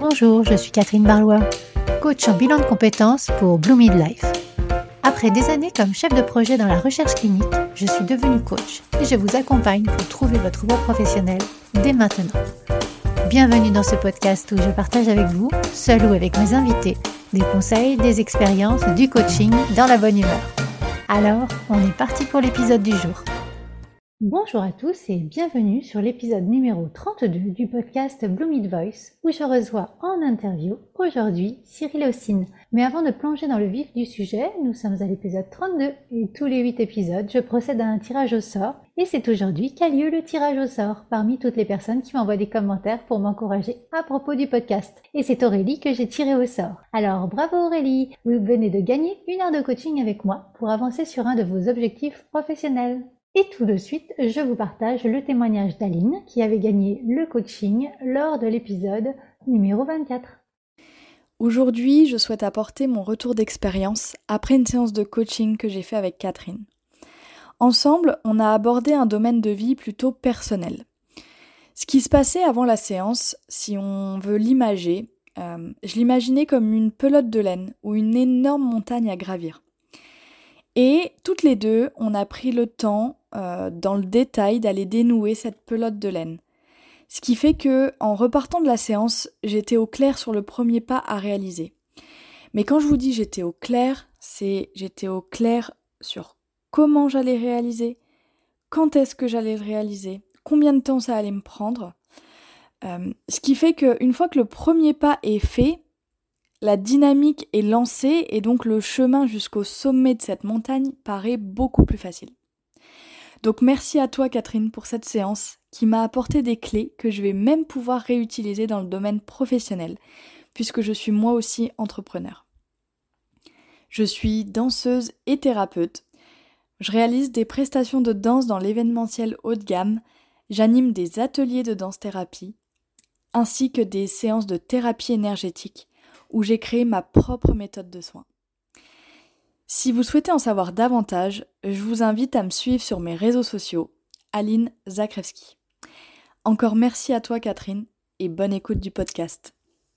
Bonjour, je suis Catherine Barlois, coach en bilan de compétences pour Blue Midlife. Après des années comme chef de projet dans la recherche clinique, je suis devenue coach et je vous accompagne pour trouver votre voie professionnelle dès maintenant. Bienvenue dans ce podcast où je partage avec vous, seul ou avec mes invités, des conseils, des expériences, du coaching dans la bonne humeur. Alors, on est parti pour l'épisode du jour. Bonjour à tous et bienvenue sur l'épisode numéro 32 du podcast Blue Mid Voice où je reçois en interview aujourd'hui Cyril Haussine. Mais avant de plonger dans le vif du sujet, nous sommes à l'épisode 32 et tous les 8 épisodes, je procède à un tirage au sort et c'est aujourd'hui qu'a lieu le tirage au sort parmi toutes les personnes qui m'envoient des commentaires pour m'encourager à propos du podcast. Et c'est Aurélie que j'ai tiré au sort. Alors bravo Aurélie, vous venez de gagner 1 heure de coaching avec moi pour avancer sur un de vos objectifs professionnels. Et tout de suite, je vous partage le témoignage d'Aline qui avait gagné le coaching lors de l'épisode numéro 24. Aujourd'hui, je souhaite apporter mon retour d'expérience après une séance de coaching que j'ai fait avec Catherine. Ensemble, on a abordé un domaine de vie plutôt personnel. Ce qui se passait avant la séance, si on veut l'imager, je l'imaginais comme une pelote de laine ou une énorme montagne à gravir. Et toutes les deux, on a pris le temps, dans le détail, d'aller dénouer cette pelote de laine. Ce qui fait que, en repartant de la séance, j'étais au clair sur le premier pas à réaliser. Mais quand je vous dis j'étais au clair, c'est j'étais au clair sur comment j'allais réaliser, quand est-ce que j'allais le réaliser, combien de temps ça allait me prendre. Ce qui fait qu'une fois que le premier pas est fait, la dynamique est lancée et donc le chemin jusqu'au sommet de cette montagne paraît beaucoup plus facile. Donc merci à toi Catherine pour cette séance qui m'a apporté des clés que je vais même pouvoir réutiliser dans le domaine professionnel puisque je suis moi aussi entrepreneur. Je suis danseuse et thérapeute. Je réalise des prestations de danse dans l'événementiel haut de gamme. J'anime des ateliers de danse-thérapie ainsi que des séances de thérapie énergétique où j'ai créé ma propre méthode de soins. Si vous souhaitez en savoir davantage, je vous invite à me suivre sur mes réseaux sociaux, Aline Zakrevski. Encore merci à toi Catherine et bonne écoute du podcast.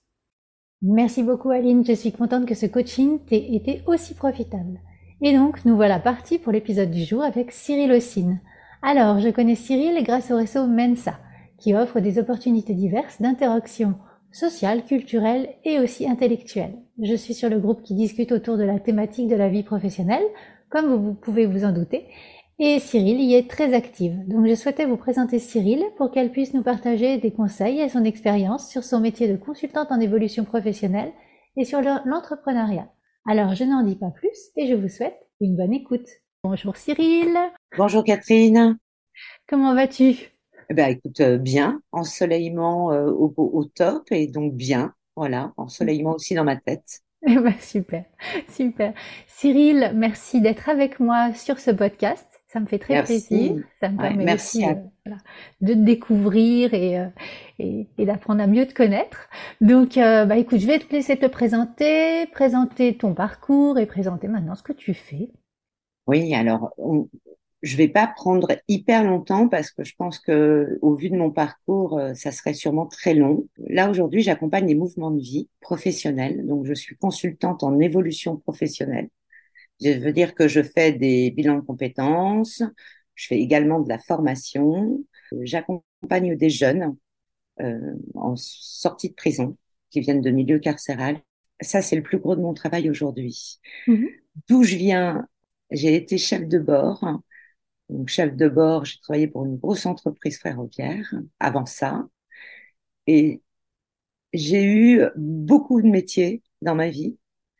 Merci beaucoup Aline, je suis contente que ce coaching t'ait été aussi profitable. Et donc, nous voilà partis pour l'épisode du jour avec Cyril Haussine. Alors, je connais Cyril grâce au réseau Mensa, qui offre des opportunités diverses d'interaction sociale, culturelle et aussi intellectuelle. Je suis sur le groupe qui discute autour de la thématique de la vie professionnelle, comme vous pouvez vous en douter, et Cyril y est très active. Donc je souhaitais vous présenter Cyril pour qu'elle puisse nous partager des conseils et son expérience sur son métier de consultante en évolution professionnelle et sur l'entrepreneuriat. Alors je n'en dis pas plus et je vous souhaite une bonne écoute. Bonjour Cyril. Bonjour Catherine. Comment vas-tu ? Écoute, bien, ensoleillement au top et donc bien, voilà, ensoleillement aussi dans ma tête. Super, super. Cyril, merci d'être avec moi sur ce podcast. Ça me fait très plaisir. Ça me permet aussi de te découvrir et d'apprendre à mieux te connaître. Donc, écoute, je vais te laisser te présenter ton parcours et présenter maintenant ce que tu fais. Oui, alors, je vais pas prendre hyper longtemps parce que je pense que, au vu de mon parcours, ça serait sûrement très long. Là, aujourd'hui, j'accompagne les mouvements de vie professionnels. Donc, je suis consultante en évolution professionnelle. Je veux dire que je fais des bilans de compétences. Je fais également de la formation. J'accompagne des jeunes en sortie de prison qui viennent de milieu carcéral. Ça, c'est le plus gros de mon travail aujourd'hui. Mhm. D'où je viens, j'ai été chef de bord. Donc, chef de bord, j'ai travaillé pour une grosse entreprise ferroviaire avant ça. Et j'ai eu beaucoup de métiers dans ma vie.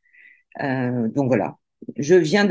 Donc voilà, je viens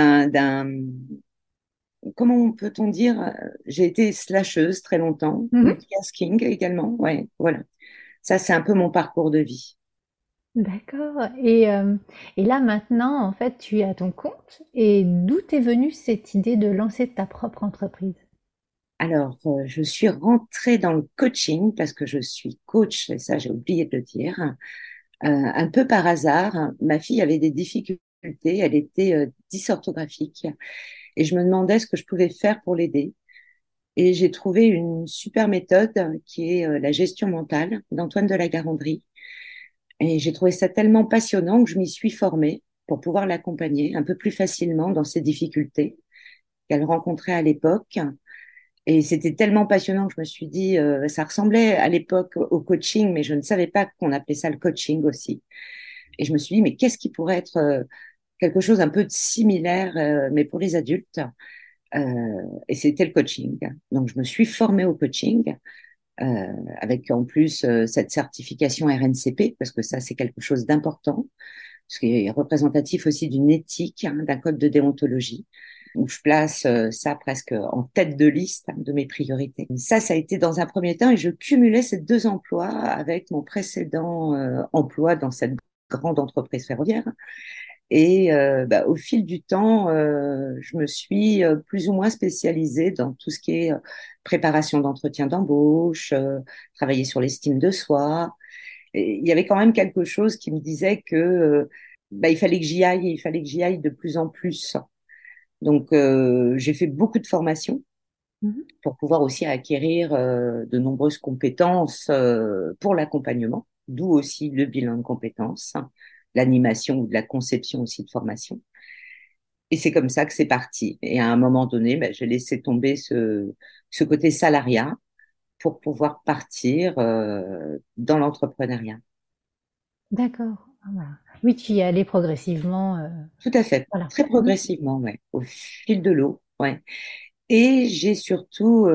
comment peut-on dire, j'ai été slasheuse très longtemps, multitasking également, ouais, voilà. Ça, c'est un peu mon parcours de vie. D'accord. Et là maintenant, en fait, tu es à ton compte. Et d'où t'est venue cette idée de lancer ta propre entreprise? Alors, je suis rentrée dans le coaching parce que je suis coach, et ça, j'ai oublié de le dire, un peu par hasard. Ma fille avait des difficultés, elle était dysorthographique, et je me demandais ce que je pouvais faire pour l'aider. Et j'ai trouvé une super méthode qui est la gestion mentale d'Antoine de La Garandrie, Et j'ai trouvé ça tellement passionnant que je m'y suis formée pour pouvoir l'accompagner un peu plus facilement dans ses difficultés qu'elle rencontrait à l'époque. Et c'était tellement passionnant que je me suis dit, ça ressemblait à l'époque au coaching, mais je ne savais pas qu'on appelait ça le coaching aussi. Et je me suis dit, mais qu'est-ce qui pourrait être quelque chose un peu de similaire, mais pour les adultes? Et c'était le coaching. Donc, je me suis formée au coaching, avec en plus cette certification RNCP, parce que ça, c'est quelque chose d'important, ce qui est représentatif aussi d'une éthique, hein, d'un code de déontologie, où je place ça presque en tête de liste, hein, de mes priorités. Ça a été dans un premier temps, et je cumulais ces deux emplois avec mon précédent emploi dans cette grande entreprise ferroviaire. Et au fil du temps, je me suis plus ou moins spécialisée dans tout ce qui est préparation d'entretien d'embauche, travailler sur l'estime de soi. Et il y avait quand même quelque chose qui me disait que il fallait que j'y aille, et il fallait que j'y aille de plus en plus. Donc, j'ai fait beaucoup de formations Mhm. pour pouvoir aussi acquérir de nombreuses compétences pour l'accompagnement, d'où aussi le bilan de compétences, hein, l'animation ou de la conception aussi de formation. Et c'est comme ça que c'est parti. Et à un moment donné, j'ai laissé tomber ce côté salariat pour pouvoir partir dans l'entrepreneuriat. D'accord. Ah, voilà. Oui, tu y es allé progressivement. Tout à fait, Voilà. très Mhm. progressivement, ouais, au fil de l'eau, ouais. Et j'ai surtout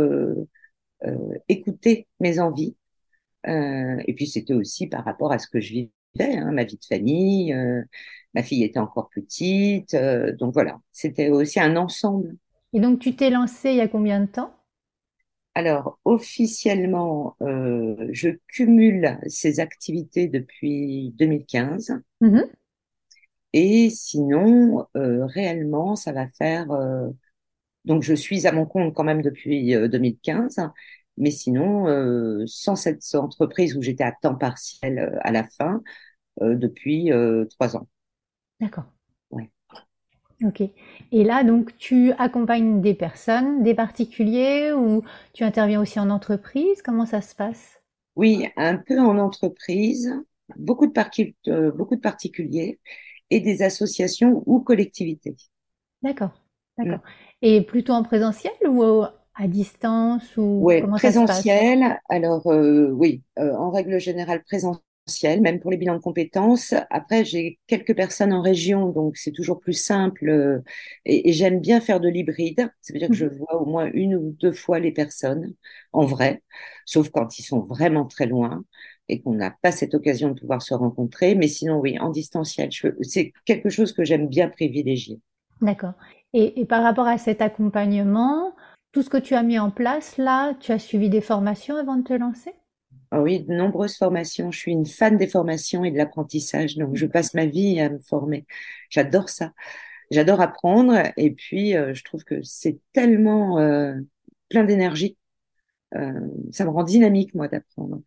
écouté mes envies. Et puis c'était aussi par rapport à ce que je vivais, hein, ma vie de famille. Ma fille était encore petite, donc voilà, c'était aussi un ensemble. Et donc, tu t'es lancé il y a combien de temps? Alors, officiellement, je cumule ces activités depuis 2015. Mhm. Et sinon, réellement, ça va faire... donc, je suis à mon compte quand même depuis 2015. Mais sinon, sans cette entreprise où j'étais à temps partiel à la fin, depuis 3 ans. D'accord. Ouais. Ok. Et là, donc, tu accompagnes des personnes, des particuliers, ou tu interviens aussi en entreprise? Comment ça se passe? Oui, un peu en entreprise, beaucoup de particuliers et des associations ou collectivités. D'accord. Mm. D'accord. Et plutôt en présentiel ou à distance ou Ouais, comment ça se passe? présentiel. Alors oui, en règle générale présentiel, même pour les bilans de compétences. Après, j'ai quelques personnes en région, donc c'est toujours plus simple. Et j'aime bien faire de l'hybride. Ça veut dire que je Mhm. vois au moins une ou deux fois les personnes en vrai, sauf quand ils sont vraiment très loin et qu'on n'a pas cette occasion de pouvoir se rencontrer. Mais sinon, oui, en distanciel, c'est quelque chose que j'aime bien privilégier. D'accord. Et par rapport à cet accompagnement, tout ce que tu as mis en place là, tu as suivi des formations avant de te lancer? Ah oui, de nombreuses formations. Je suis une fan des formations et de l'apprentissage, donc je passe ma vie à me former. J'adore ça. J'adore apprendre et puis je trouve que c'est tellement plein d'énergie. Ça me rend dynamique, moi, d'apprendre.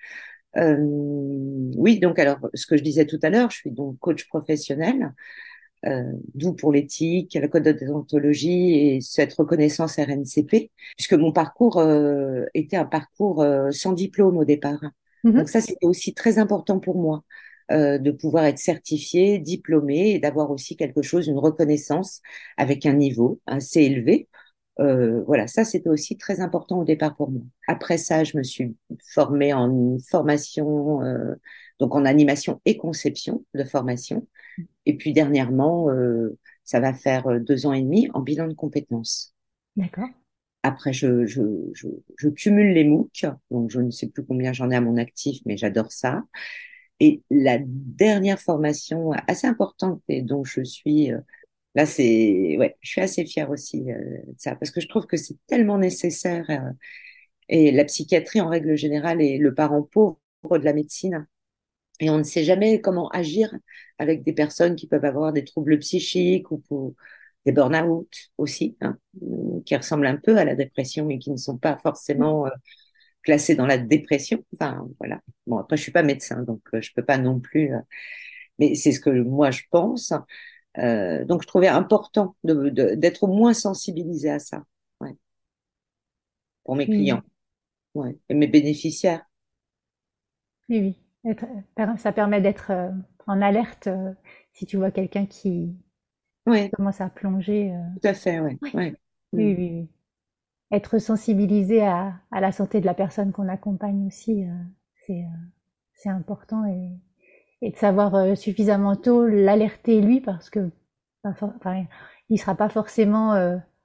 Oui, donc alors, ce que je disais tout à l'heure, je suis donc coach professionnel, d'où pour l'éthique, le code de déontologie et cette reconnaissance RNCP, puisque mon parcours était un parcours sans diplôme au départ. Donc Mhm. ça, c'était aussi très important pour moi, de pouvoir être certifié, diplômé et d'avoir aussi quelque chose, une reconnaissance avec un niveau assez élevé. Voilà, ça c'était aussi très important au départ pour moi. Après ça, je me suis formée en formation, donc en animation et conception de formation. Et puis dernièrement, ça va faire 2 ans et demi en bilan de compétences. D'accord. Après, je cumule les MOOC, donc je ne sais plus combien j'en ai à mon actif, mais j'adore ça. Et la dernière formation assez importante et dont je suis là, c'est ouais, je suis assez fière aussi de ça parce que je trouve que c'est tellement nécessaire. Et la psychiatrie en règle générale est le parent pauvre de la médecine. Et on ne sait jamais comment agir avec des personnes qui peuvent avoir des troubles psychiques ou des burn-out aussi, hein, qui ressemblent un peu à la dépression et qui ne sont pas forcément classés dans la dépression. Enfin, voilà. Bon, après, je suis pas médecin, donc je peux pas non plus. Mais c'est ce que moi je pense. Donc, je trouvais important d'être au moins sensibilisé à ça, ouais, pour mes Oui, clients, ouais, et mes bénéficiaires. oui, oui. Ça permet d'être en alerte si tu vois quelqu'un qui Oui, commence à plonger. tout à fait, ouais, Oui, ouais. Mm. oui, oui, oui. Être sensibilisé à la santé de la personne qu'on accompagne aussi, c'est euh, c'est important et de savoir suffisamment tôt l'alerter lui parce que enfin, il sera pas forcément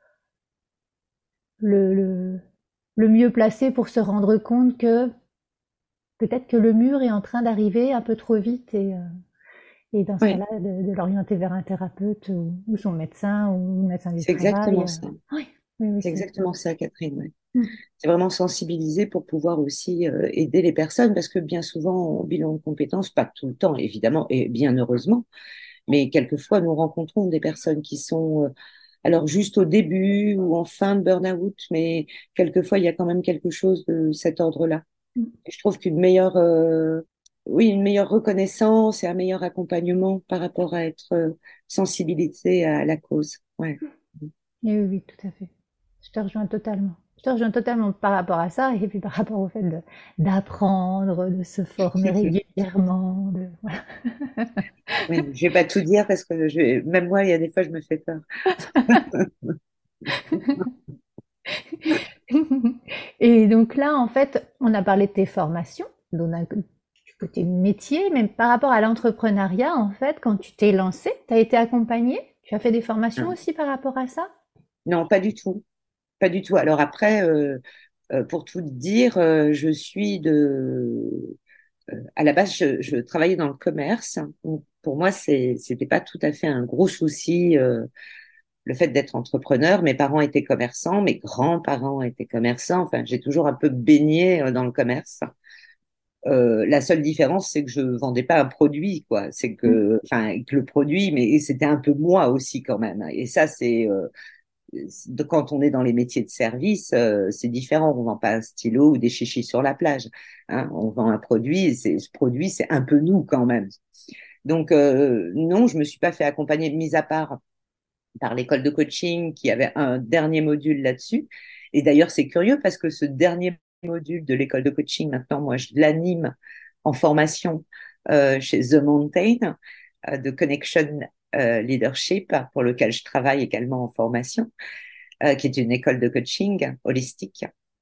le, le, le mieux placé pour se rendre compte que peut-être que le mur est en train d'arriver un peu trop vite et dans ce Ouais, cas-là, de l'orienter vers un thérapeute ou son médecin ou le médecin du c'est exactement travail. ça. Oui, oui, oui, C'est exactement ça, Catherine. Ouais. Mm. C'est vraiment sensibiliser pour pouvoir aussi aider les personnes parce que bien souvent, en bilan de compétences, pas tout le temps, évidemment, et bien heureusement, mais quelquefois, nous rencontrons des personnes qui sont alors juste au début ou en fin de burn-out, mais quelquefois, il y a quand même quelque chose de cet ordre-là. Mm. Et je trouve qu'une meilleure, oui, une meilleure reconnaissance et un meilleur accompagnement par rapport à être sensibilisé à la cause. Ouais. Et oui, oui, tout à fait. Je te rejoins totalement. Je te rejoins totalement par rapport à ça et puis par rapport au fait d'apprendre, de se former régulièrement. Voilà. Oui, je vais pas tout dire parce que même moi, il y a des fois, je me fais peur. Et donc là, en fait, on a parlé de tes formations, du côté métier, mais par rapport à l'entrepreneuriat, en fait, quand tu t'es lancé, tu as été accompagné, tu as fait des formations aussi par rapport à ça? Non, pas du tout. Pas du tout. Alors après, pour tout dire, je suis à la base, je travaillais dans le commerce. Donc, pour moi, c'était pas tout à fait un gros souci, le fait d'être entrepreneur. Mes parents étaient commerçants, mes grands-parents étaient commerçants. Enfin, j'ai toujours un peu baigné dans le commerce. La seule différence, c'est que je vendais pas un produit, quoi. C'est Mm. que, enfin, que le produit, mais c'était un peu moi aussi quand même. Et ça, quand on est dans les métiers de service, c'est différent. On vend pas un stylo ou des chichis sur la plage. Hein. On vend un produit, et ce produit, c'est un peu nous quand même. Donc non, je me suis pas fait accompagner, mis à part par l'école de coaching qui avait un dernier module là-dessus. Et d'ailleurs, c'est curieux parce que ce dernier module de l'école de coaching, maintenant, moi, je l'anime en formation chez The Mountain de Connection Leadership, pour lequel je travaille également en formation, qui est une école de coaching holistique.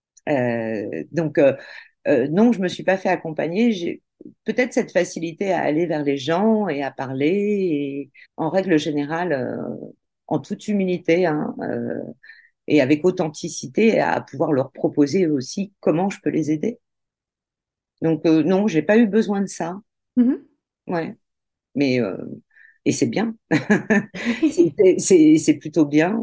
Non, je me suis pas fait accompagner. J'ai peut-être cette facilité à aller vers les gens et à parler. Et en règle générale, en toute humilité, hein, et avec authenticité, à pouvoir leur proposer aussi comment je peux les aider. Donc non, j'ai pas eu besoin de ça. Mhm. Ouais, mais et c'est bien. C'est plutôt bien.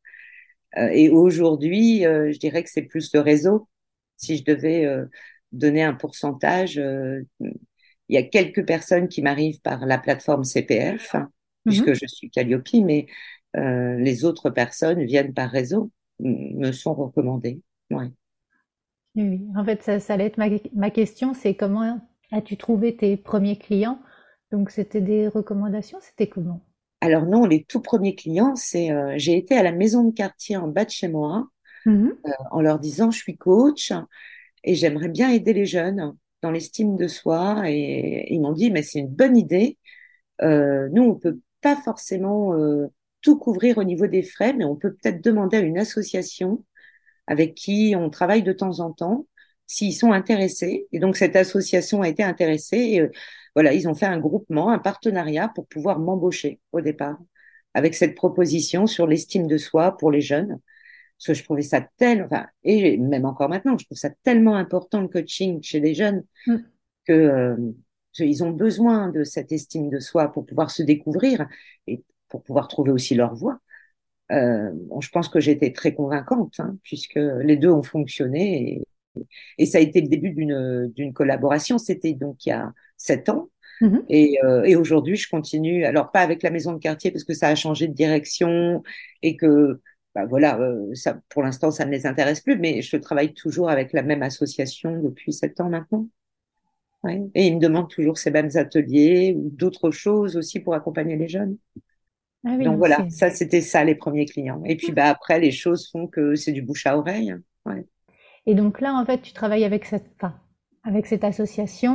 Et aujourd'hui, je dirais que c'est plus le réseau. Si je devais donner un pourcentage, il y a quelques personnes qui m'arrivent par la plateforme CPF, hein, puisque Mhm. je suis Calliope, mais les autres personnes viennent par réseau, me sont recommandées. Ouais. Oui, oui. En fait, ça allait être ma question, c'est comment as-tu trouvé tes premiers clients? Donc, c'était des recommandations, c'était comment? Alors non, les tout premiers clients, j'ai été à la maison de quartier en bas de chez moi Mhm. en leur disant je suis coach et j'aimerais bien aider les jeunes dans l'estime de soi et ils m'ont dit mais c'est une bonne idée. Nous, on peut pas forcément tout couvrir au niveau des frais, mais on peut peut-être demander à une association avec qui on travaille de temps en temps s'ils sont intéressés. Et donc, cette association a été intéressée. Et, voilà, ils ont fait un groupement, un partenariat pour pouvoir m'embaucher au départ avec cette proposition sur l'estime de soi pour les jeunes. Parce que je trouvais ça enfin, et même encore maintenant, je trouve ça tellement important le coaching chez les jeunes Mm. que ils ont besoin de cette estime de soi pour pouvoir se découvrir et pour pouvoir trouver aussi leur voie. Bon, je pense que j'étais très convaincante, hein, puisque les deux ont fonctionné et ça a été le début d'une collaboration. C'était donc il y a 7 ans. Mhm. Et aujourd'hui, je continue. Alors pas avec la maison de quartier parce que ça a changé de direction et que bah voilà, ça pour l'instant ça ne les intéresse plus. Mais je travaille toujours avec la même association depuis 7 ans maintenant. Ouais. Et ils me demandent toujours ces mêmes ateliers ou d'autres choses aussi pour accompagner les jeunes. Ah oui, Donc non, voilà, c'est... ça c'était ça les premiers clients. Et puis bah après les choses font que c'est du bouche à oreille, hein. Ouais. Et donc là, en fait, tu travailles avec avec cette association,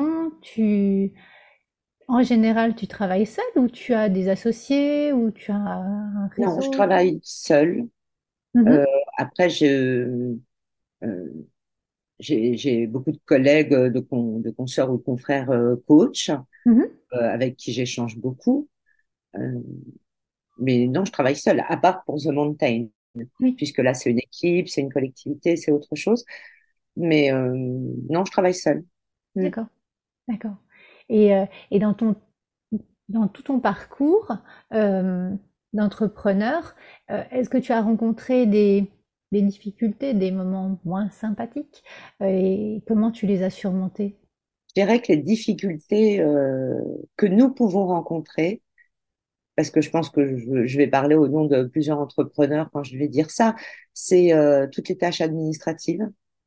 En général, tu travailles seul ou tu as des associés ou tu as un Non, je réseau? travaille seule. Mhm, Euh, Après, euh, j'ai beaucoup de collègues, de consoeurs ou de confrères coachs mhm. avec qui j'échange beaucoup. Euh, mais non, je travaille seule, à part pour The Mountain, Oui, puisque là, c'est une équipe, c'est une collectivité, c'est autre chose. Mais non, je travaille seule. Mm. d'accord, d'accord. Et dans tout ton parcours euh, d'entrepreneur, est-ce que tu as rencontré des difficultés, des moments moins sympathiques, et comment tu les as surmontés? Je dirais que les difficultés que nous pouvons rencontrer, parce que je pense que je vais parler au nom de plusieurs entrepreneurs quand je vais dire ça, c'est toutes les tâches administratives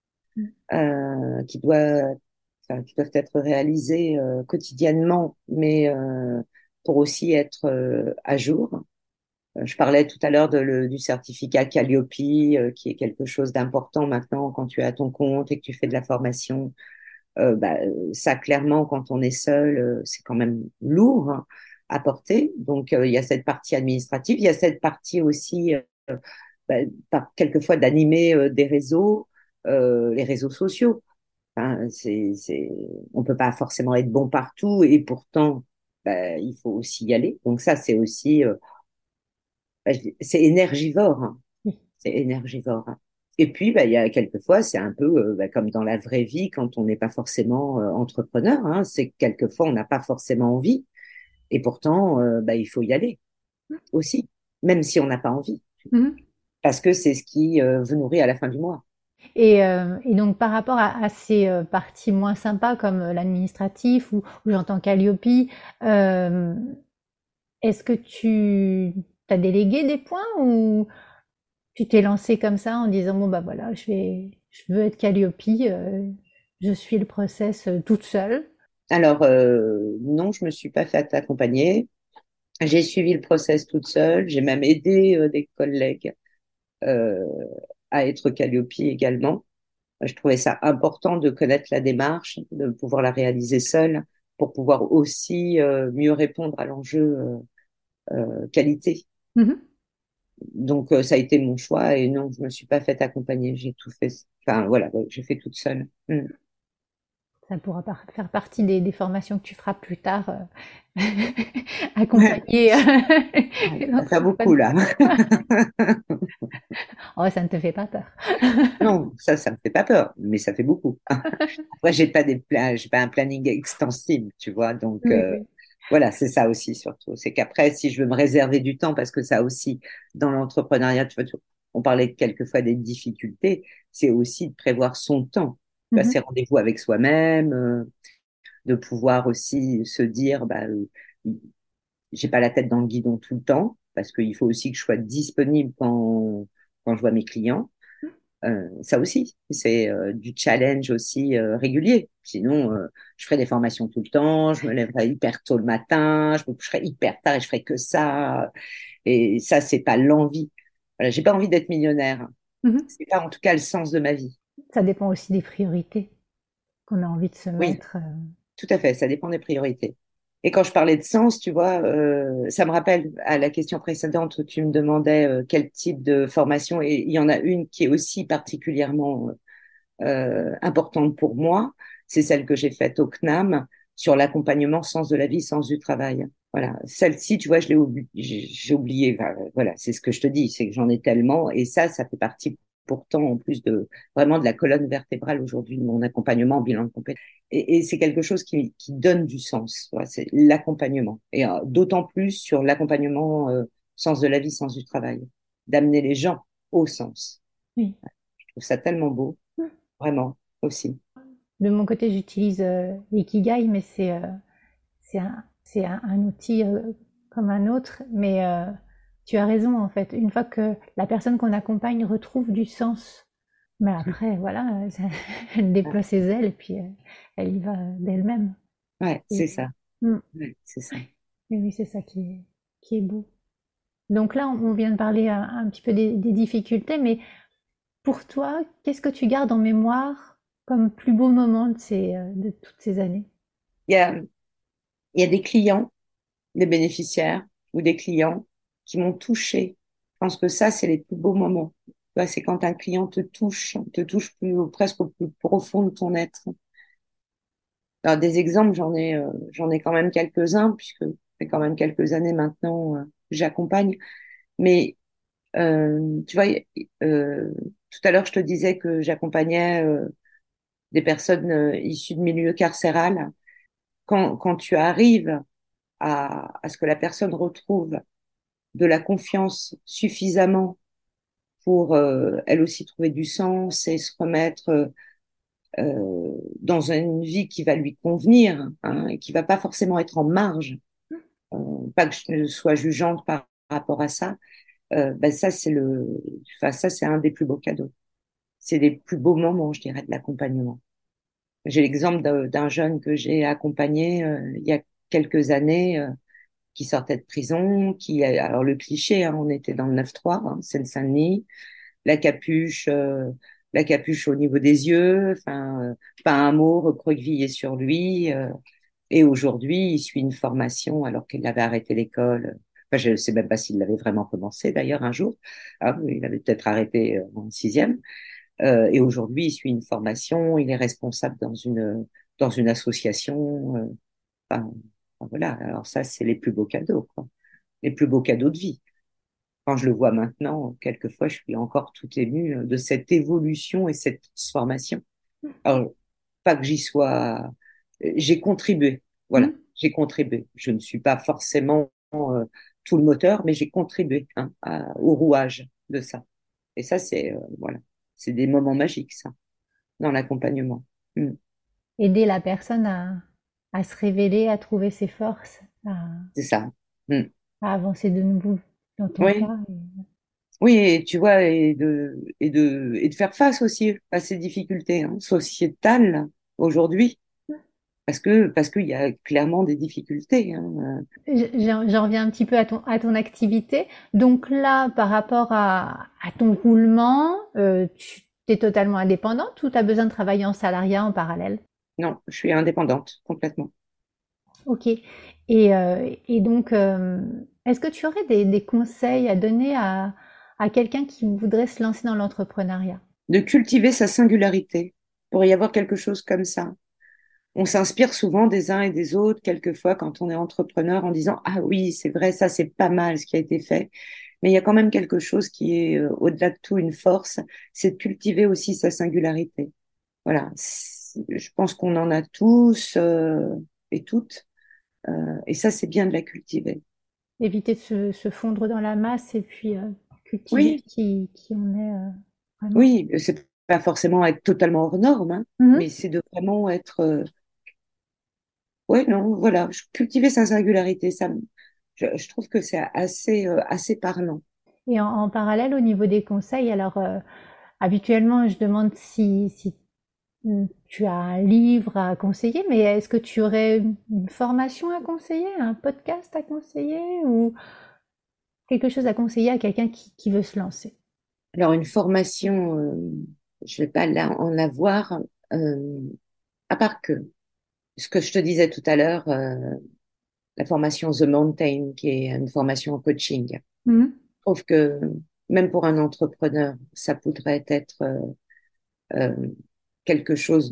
qui doivent, enfin, qui doivent être réalisées quotidiennement, mais pour aussi être à jour. Je parlais tout à l'heure du certificat Calliope, qui est quelque chose d'important maintenant quand tu es à ton compte et que tu fais de la formation. Ça, clairement, quand on est seul, c'est quand même lourd hein, à porter. Donc, il y a cette partie administrative, il y a cette partie aussi, bah, quelquefois, d'animer des réseaux, les réseaux sociaux. Hein, on peut pas forcément être bon partout et pourtant, il faut aussi y aller. Donc ça, c'est aussi, c'est énergivore. Hein. Oui. C'est énergivore. Hein. Et puis, il y a quelquefois, c'est un peu comme dans la vraie vie quand on n'est pas forcément entrepreneur. Hein, c'est que quelquefois, on n'a pas forcément envie. Et pourtant, il faut y aller aussi, même si on n'a pas envie. Mhm. Parce que c'est ce qui vous nourrit à la fin du mois. Et donc par rapport à ces parties moins sympas comme l'administratif ou j'entends Calliope, euh, est-ce que tu as délégué des points ou tu t'es lancé comme ça en disant bon bah voilà je veux être Calliope, je suis le process toute seule. Alors, non, je me suis pas fait accompagner. J'ai suivi le process toute seule. J'ai même aidé des collègues euh, à être Calliope également. Je trouvais ça important de connaître la démarche, de pouvoir la réaliser seule pour pouvoir aussi mieux répondre à l'enjeu qualité. Mhm. Donc ça a été mon choix et non, je me suis pas fait accompagner, j'ai tout fait. Enfin voilà, ouais, j'ai fait toute seule. Mm. Ça pourra faire partie des formations que tu feras plus tard, Ouais, accompagner ouais, les ça fait beaucoup entrepreneurs. là. Oh, ça ne te fait pas peur. Non, ça me fait pas peur, mais ça fait beaucoup. Après, j'ai pas un planning extensible, tu vois. Donc Oui, oui. voilà, c'est ça aussi surtout. C'est qu'après, si je veux me réserver du temps, parce que ça aussi, dans l'entrepreneuriat, tu vois, on parlait quelquefois des difficultés, c'est aussi de prévoir son temps. Tu vois, Mhm. ses rendez-vous avec soi-même, de pouvoir aussi se dire, j'ai pas la tête dans le guidon tout le temps, parce qu'il faut aussi que je sois disponible quand je vois mes clients. Ça aussi, c'est du challenge aussi régulier. Sinon, je ferai des formations tout le temps, je me lèverai hyper tôt le matin, je me coucherai hyper tard et je ferai que ça. Et ça, c'est pas l'envie. Voilà, j'ai pas envie d'être millionnaire. Mhm. C'est pas en tout cas le sens de ma vie. Ça dépend aussi des priorités qu'on a envie de se Oui, mettre. tout à fait. Ça dépend des priorités. Et quand je parlais de sens, tu vois, ça me rappelle à la question précédente où tu me demandais quel type de formation, et il y en a une qui est aussi particulièrement importante pour moi, c'est celle que j'ai faite au CNAM sur l'accompagnement sens de la vie, sens du travail. Voilà, celle-ci, tu vois, j'ai oublié. Enfin, voilà, c'est ce que je te dis, c'est que j'en ai tellement, et ça fait partie pourtant en plus de vraiment de la colonne vertébrale aujourd'hui de mon accompagnement en bilan de compétences. Et c'est quelque chose qui donne du sens. Voilà, c'est l'accompagnement, et d'autant plus sur l'accompagnement sens de la vie, sens du travail, d'amener les gens au sens. Oui. Je trouve ça tellement beau. Vraiment, aussi. De mon côté, j'utilise l'Ikigai, mais c'est un outil comme un autre. Mais tu as raison, en fait. Une fois que la personne qu'on accompagne retrouve du sens, mais après, voilà, elle déploie ses ailes et puis elle y va d'elle-même. Ouais, Et, c'est ça. mm, Ouais, c'est ça. oui, oui, c'est ça qui est beau. Donc là, on vient de parler un petit peu des difficultés, mais pour toi, qu'est-ce que tu gardes en mémoire comme plus beau moment de toutes ces années? Il y a, il y a des clients, des bénéficiaires ou des clients qui m'ont touché. Je pense que ça, c'est les plus beaux moments. Tu vois, c'est quand un client te touche presque au plus profond de ton être. Alors, des exemples, j'en ai quand même quelques-uns, puisque ça fait quand même quelques années maintenant que j'accompagne. Mais tu vois, tout à l'heure, je te disais que j'accompagnais des personnes issues de milieux carcéral. Quand tu arrives à ce que la personne retrouve de la confiance suffisamment pour elle aussi trouver du sens et se remettre dans une vie qui va lui convenir, hein, et qui va pas forcément être en marge, euh, pas que je sois jugeante par rapport à ça, ben ça c'est un des plus beaux cadeaux. C'est les plus beaux moments, je dirais, de l'accompagnement. J'ai l'exemple d'un jeune que j'ai accompagné il y a quelques années, qui sortait de prison, alors le cliché, hein, on était dans le 9-3, hein, Seine-Saint-Denis, la capuche, euh, la capuche au niveau des yeux, enfin, pas un mot recroquevillé sur lui. Et aujourd'hui, il suit une formation alors qu'il avait arrêté l'école. Enfin, je ne sais même pas s'il l'avait vraiment commencé d'ailleurs un jour. Ah, il avait peut-être arrêté en sixième. Et aujourd'hui, il suit une formation. Il est responsable dans une association. Enfin, voilà. Alors ça, c'est les plus beaux cadeaux, quoi. Les plus beaux cadeaux de vie. Quand je le vois maintenant, quelquefois, je suis encore tout émue de cette évolution et cette transformation. Alors, pas que j'y sois, j'ai contribué. Voilà, Hmm. j'ai contribué. Je ne suis pas forcément tout le moteur, mais j'ai contribué, hein, au rouage de ça. Et ça, voilà, c'est des moments magiques, ça, dans l'accompagnement. Mm. Aider la personne à se révéler, à trouver ses forces, C'est ça. Mm. à avancer de nouveau dans ton Oui, cas. oui, et tu vois, et de faire face aussi à ces difficultés, hein, sociétales aujourd'hui, parce qu'il y a clairement des difficultés, hein. J'en reviens un petit peu à ton activité. Donc là, par rapport à ton roulement, tu es totalement indépendante ou tu as besoin de travailler en salariat en parallèle? Non, je suis indépendante complètement. Ok. Et donc, est-ce que tu aurais des conseils à donner à quelqu'un qui voudrait se lancer dans l'entrepreneuriat? De cultiver sa singularité, pour y avoir quelque chose comme ça. On s'inspire souvent des uns et des autres, quelquefois, quand on est entrepreneur, en disant, ah oui, c'est vrai, ça, c'est pas mal ce qui a été fait. Mais il y a quand même quelque chose qui est, au-delà de tout, une force, c'est de cultiver aussi sa singularité. Voilà. Je pense qu'on en a tous, et toutes. Et ça, c'est bien de la cultiver. Éviter de se fondre dans la masse et puis cultiver Oui, qui on est vraiment. oui, c'est pas forcément être totalement hors norme, hein, Mhm. mais c'est de vraiment être, ouais, non, voilà, cultiver sa singularité, je trouve que c'est assez parlant. Et en parallèle, au niveau des conseils, alors habituellement, je demande si tu as un livre à conseiller, mais est-ce que tu aurais une formation à conseiller, un podcast à conseiller ou quelque chose à conseiller à quelqu'un qui veut se lancer? Alors, une formation, je vais pas en avoir, euh, à part que ce que je te disais tout à l'heure, la formation The Mountain, qui est une formation en coaching. Je Mhm. trouve que même pour un entrepreneur, ça pourrait être euh, quelque chose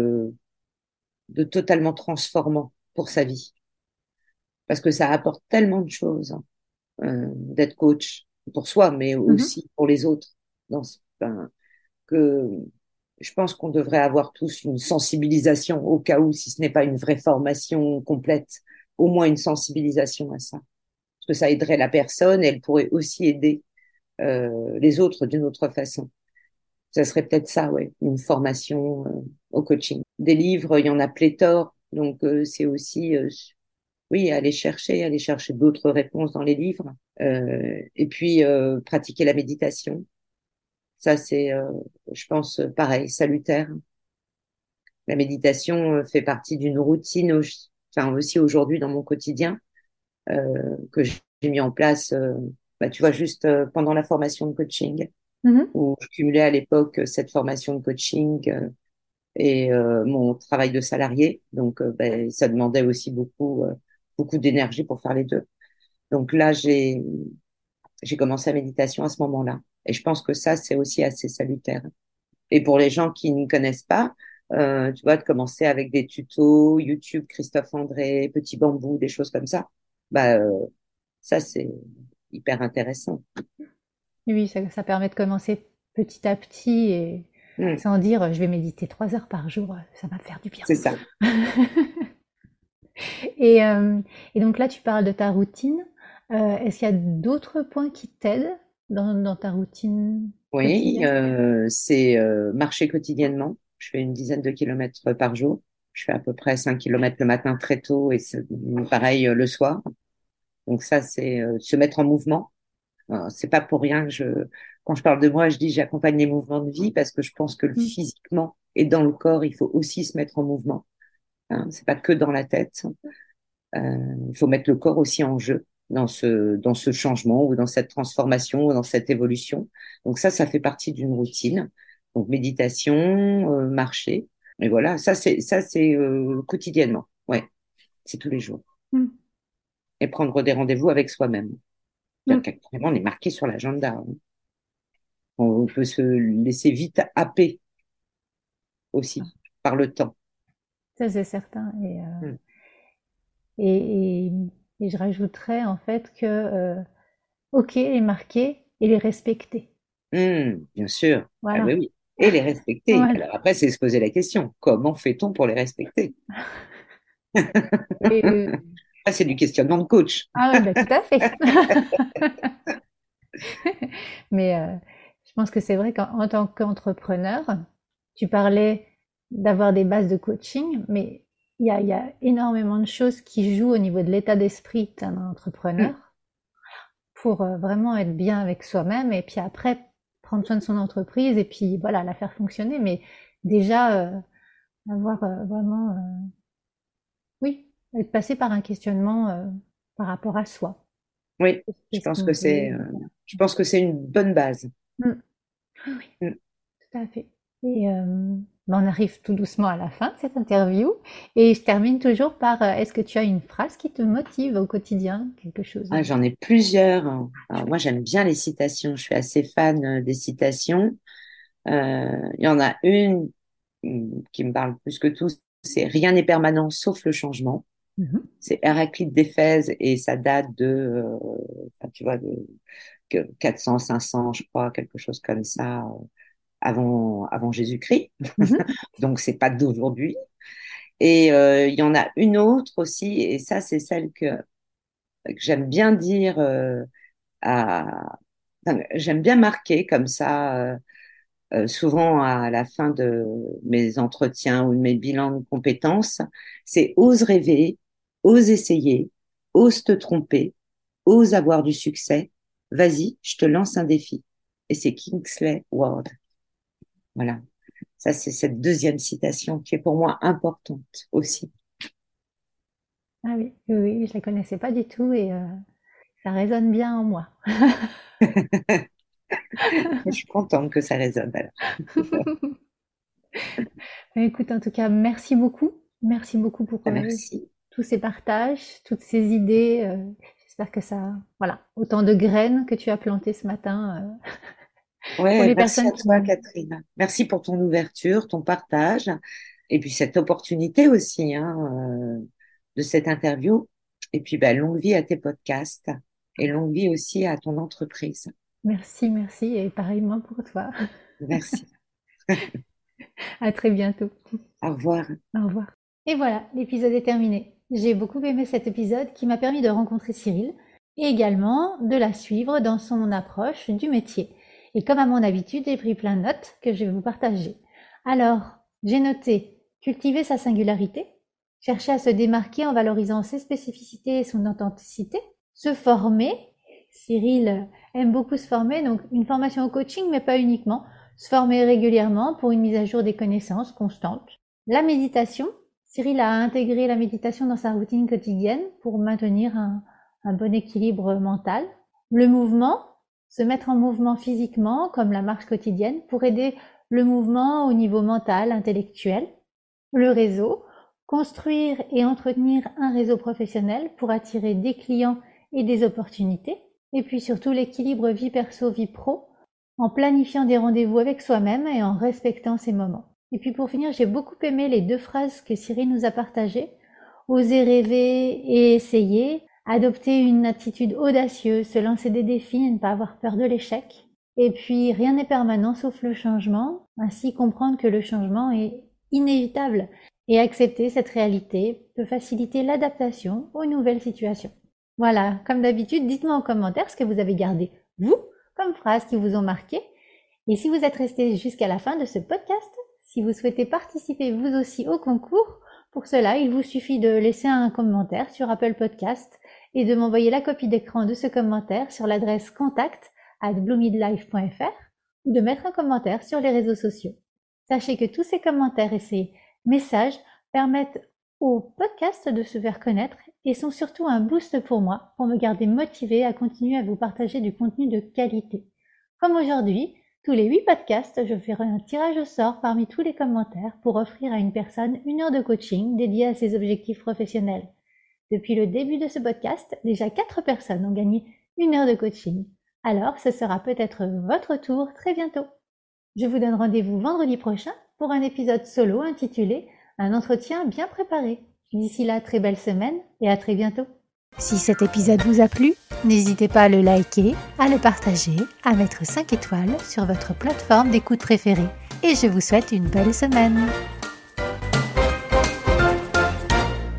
de totalement transformant pour sa vie, parce que ça apporte tellement de choses, hein, d'être coach pour soi, mais Mhm. aussi pour les autres. Ben, que je pense qu'on devrait avoir tous une sensibilisation au cas où, si ce n'est pas une vraie formation complète, au moins une sensibilisation à ça. Parce que ça aiderait la personne et elle pourrait aussi aider les autres d'une autre façon. Ça serait peut-être ça, ouais, une formation au coaching. Des livres, il y en a pléthore, donc c'est aussi, oui, aller chercher d'autres réponses dans les livres. Et puis pratiquer la méditation. Ça, c'est, je pense, pareil, salutaire. La méditation fait partie d'une routine, enfin aussi aujourd'hui dans mon quotidien, que j'ai mis en place, bah, tu vois, juste pendant la formation de coaching, Mhm. où je cumulais à l'époque cette formation de coaching. et mon travail de salarié. Donc, ben, ça demandait aussi beaucoup d'énergie pour faire les deux. Donc là, j'ai commencé la méditation à ce moment-là. Et je pense que ça, c'est aussi assez salutaire. Et pour les gens qui ne connaissent pas, tu vois, de commencer avec des tutos, YouTube, Christophe André, Petit Bambou, des choses comme ça, bah, ça, c'est hyper intéressant. Oui, ça permet de commencer petit à petit et Hmm, sans dire je vais méditer 3 heures par jour, ça va me faire du bien. c'est ça. Et, euh, et donc là, tu parles de ta routine. Est-ce qu'il y a d'autres points qui t'aident dans ta routine Oui, quotidienne? c'est marcher quotidiennement. Je fais une dizaine de kilomètres par jour. Je fais à peu près 5 kilomètres le matin très tôt et c'est pareil le soir. Donc ça, c'est se mettre en mouvement. C'est pas pour rien que quand je parle de moi, je dis j'accompagne les mouvements de vie parce que je pense que Mm. physiquement et dans le corps, il faut aussi se mettre en mouvement. Hein, c'est pas que dans la tête. Il faut mettre le corps aussi en jeu dans ce changement ou dans cette transformation ou dans cette évolution. Donc ça fait partie d'une routine. Donc méditation, marcher. Et voilà, ça c'est quotidiennement. Ouais, c'est tous les jours. Mm. Et prendre des rendez-vous avec soi-même. Mm. Vraiment, on est marqué sur l'agenda. Hein. On peut se laisser vite happer aussi par le temps. Ça, c'est certain. Mm. Et, et, et je rajouterais en fait que, ok, les marquer et les respecter. Bien sûr. Ah Voilà. oui, oui. Et les respecter. Voilà. Alors après, c'est se poser la question. Comment fait-on pour les respecter? Et, Ça, c'est du questionnement de coach. ah oui, bah, tout à fait. Mais je pense que c'est vrai qu'en tant qu'entrepreneur, tu parlais d'avoir des bases de coaching, mais il y a énormément de choses qui jouent au niveau de l'état d'esprit d'un entrepreneur Mm. pour vraiment être bien avec soi-même et puis après prendre soin de son entreprise et puis voilà, la faire fonctionner. Mais déjà, avoir vraiment, oui, être passé par un questionnement par rapport à soi. Oui, je Qu'est-ce pense qu'on que veut? je pense que c'est une bonne base. Mm. Oui, oui. Mm. Tout à fait. Et ben, on arrive tout doucement à la fin de cette interview et je termine toujours par est-ce que tu as une phrase qui te motive au quotidien, quelque chose? Ah, j'en ai plusieurs. Hein. Alors, moi, j'aime bien les citations. Je suis assez fan des citations. Il y en a une qui me parle plus que tout. C'est rien n'est permanent sauf le changement. Mhm. C'est Héraclite d'Éphèse et ça date enfin, tu vois, de 400, 500, je crois, quelque chose comme ça, avant Jésus-Christ. Mhm. Donc, c'est pas d'aujourd'hui. Et il y en a une autre aussi, et ça, c'est celle que j'aime bien dire enfin, j'aime bien marquer comme ça, souvent à la fin de mes entretiens ou de mes bilans de compétences, c'est ose rêver, ose essayer, ose te tromper, ose avoir du succès. Vas-y, je te lance un défi. Et c'est Kingsley Ward. Voilà. Ça, c'est cette deuxième citation qui est pour moi importante aussi. Ah oui, oui, oui, je la connaissais pas du tout et ça résonne bien en moi. Je suis contente que ça résonne. Alors. Écoute, en tout cas, merci beaucoup. Merci beaucoup pour Merci. tous ces partages, toutes ces idées. J'espère que ça, voilà, autant de graines que tu as plantées ce matin pour Ouais, les merci personnes à qui toi, nous. Catherine. Merci pour ton ouverture, ton partage, et puis cette opportunité aussi hein, de cette interview. Et puis, bah, longue vie à tes podcasts et longue vie aussi à ton entreprise. Merci, merci et pareillement pour toi. Merci. À très bientôt. Au revoir. Au revoir. Et voilà, l'épisode est terminé. J'ai beaucoup aimé cet épisode qui m'a permis de rencontrer Cyril et également de la suivre dans son approche du métier. Et comme à mon habitude, j'ai pris plein de notes que je vais vous partager. Alors, j'ai noté cultiver sa singularité, chercher à se démarquer en valorisant ses spécificités et son authenticité, se former. Cyril aime beaucoup se former, donc une formation au coaching, mais pas uniquement. Se former régulièrement pour une mise à jour des connaissances constantes. La méditation. Cyril a intégré la méditation dans sa routine quotidienne pour maintenir un bon équilibre mental. Le mouvement, se mettre en mouvement physiquement, comme la marche quotidienne, pour aider le mouvement au niveau mental, intellectuel, le réseau, construire et entretenir un réseau professionnel pour attirer des clients et des opportunités, et puis surtout l'équilibre vie perso, vie pro, en planifiant des rendez-vous avec soi-même et en respectant ses moments. Et puis pour finir, j'ai beaucoup aimé les 2 phrases que Cyril nous a partagées. Oser rêver et essayer, adopter une attitude audacieuse, se lancer des défis et ne pas avoir peur de l'échec. Et puis rien n'est permanent sauf le changement, ainsi comprendre que le changement est inévitable et accepter cette réalité peut faciliter l'adaptation aux nouvelles situations. Voilà, comme d'habitude, dites-moi en commentaire ce que vous avez gardé, vous, comme phrases qui vous ont marqué. Et si vous êtes resté jusqu'à la fin de ce podcast, si vous souhaitez participer vous aussi au concours, pour cela, il vous suffit de laisser un commentaire sur Apple Podcast et de m'envoyer la copie d'écran de ce commentaire sur l'adresse contact@bluemidlife.fr ou de mettre un commentaire sur les réseaux sociaux. Sachez que tous ces commentaires et ces messages permettent au podcast de se faire connaître et sont surtout un boost pour moi, pour me garder motivée à continuer à vous partager du contenu de qualité. Comme aujourd'hui, tous les 8 podcasts, je ferai un tirage au sort parmi tous les commentaires pour offrir à une personne 1 heure de coaching dédiée à ses objectifs professionnels. Depuis le début de ce podcast, déjà 4 personnes ont gagné 1 heure de coaching. Alors, ce sera peut-être votre tour très bientôt. Je vous donne rendez-vous vendredi prochain pour un épisode solo intitulé « Un entretien bien préparé ». D'ici là, très belle semaine et à très bientôt. Si cet épisode vous a plu, n'hésitez pas à le liker, à le partager, à mettre 5 étoiles sur votre plateforme d'écoute préférée. Et je vous souhaite une belle semaine.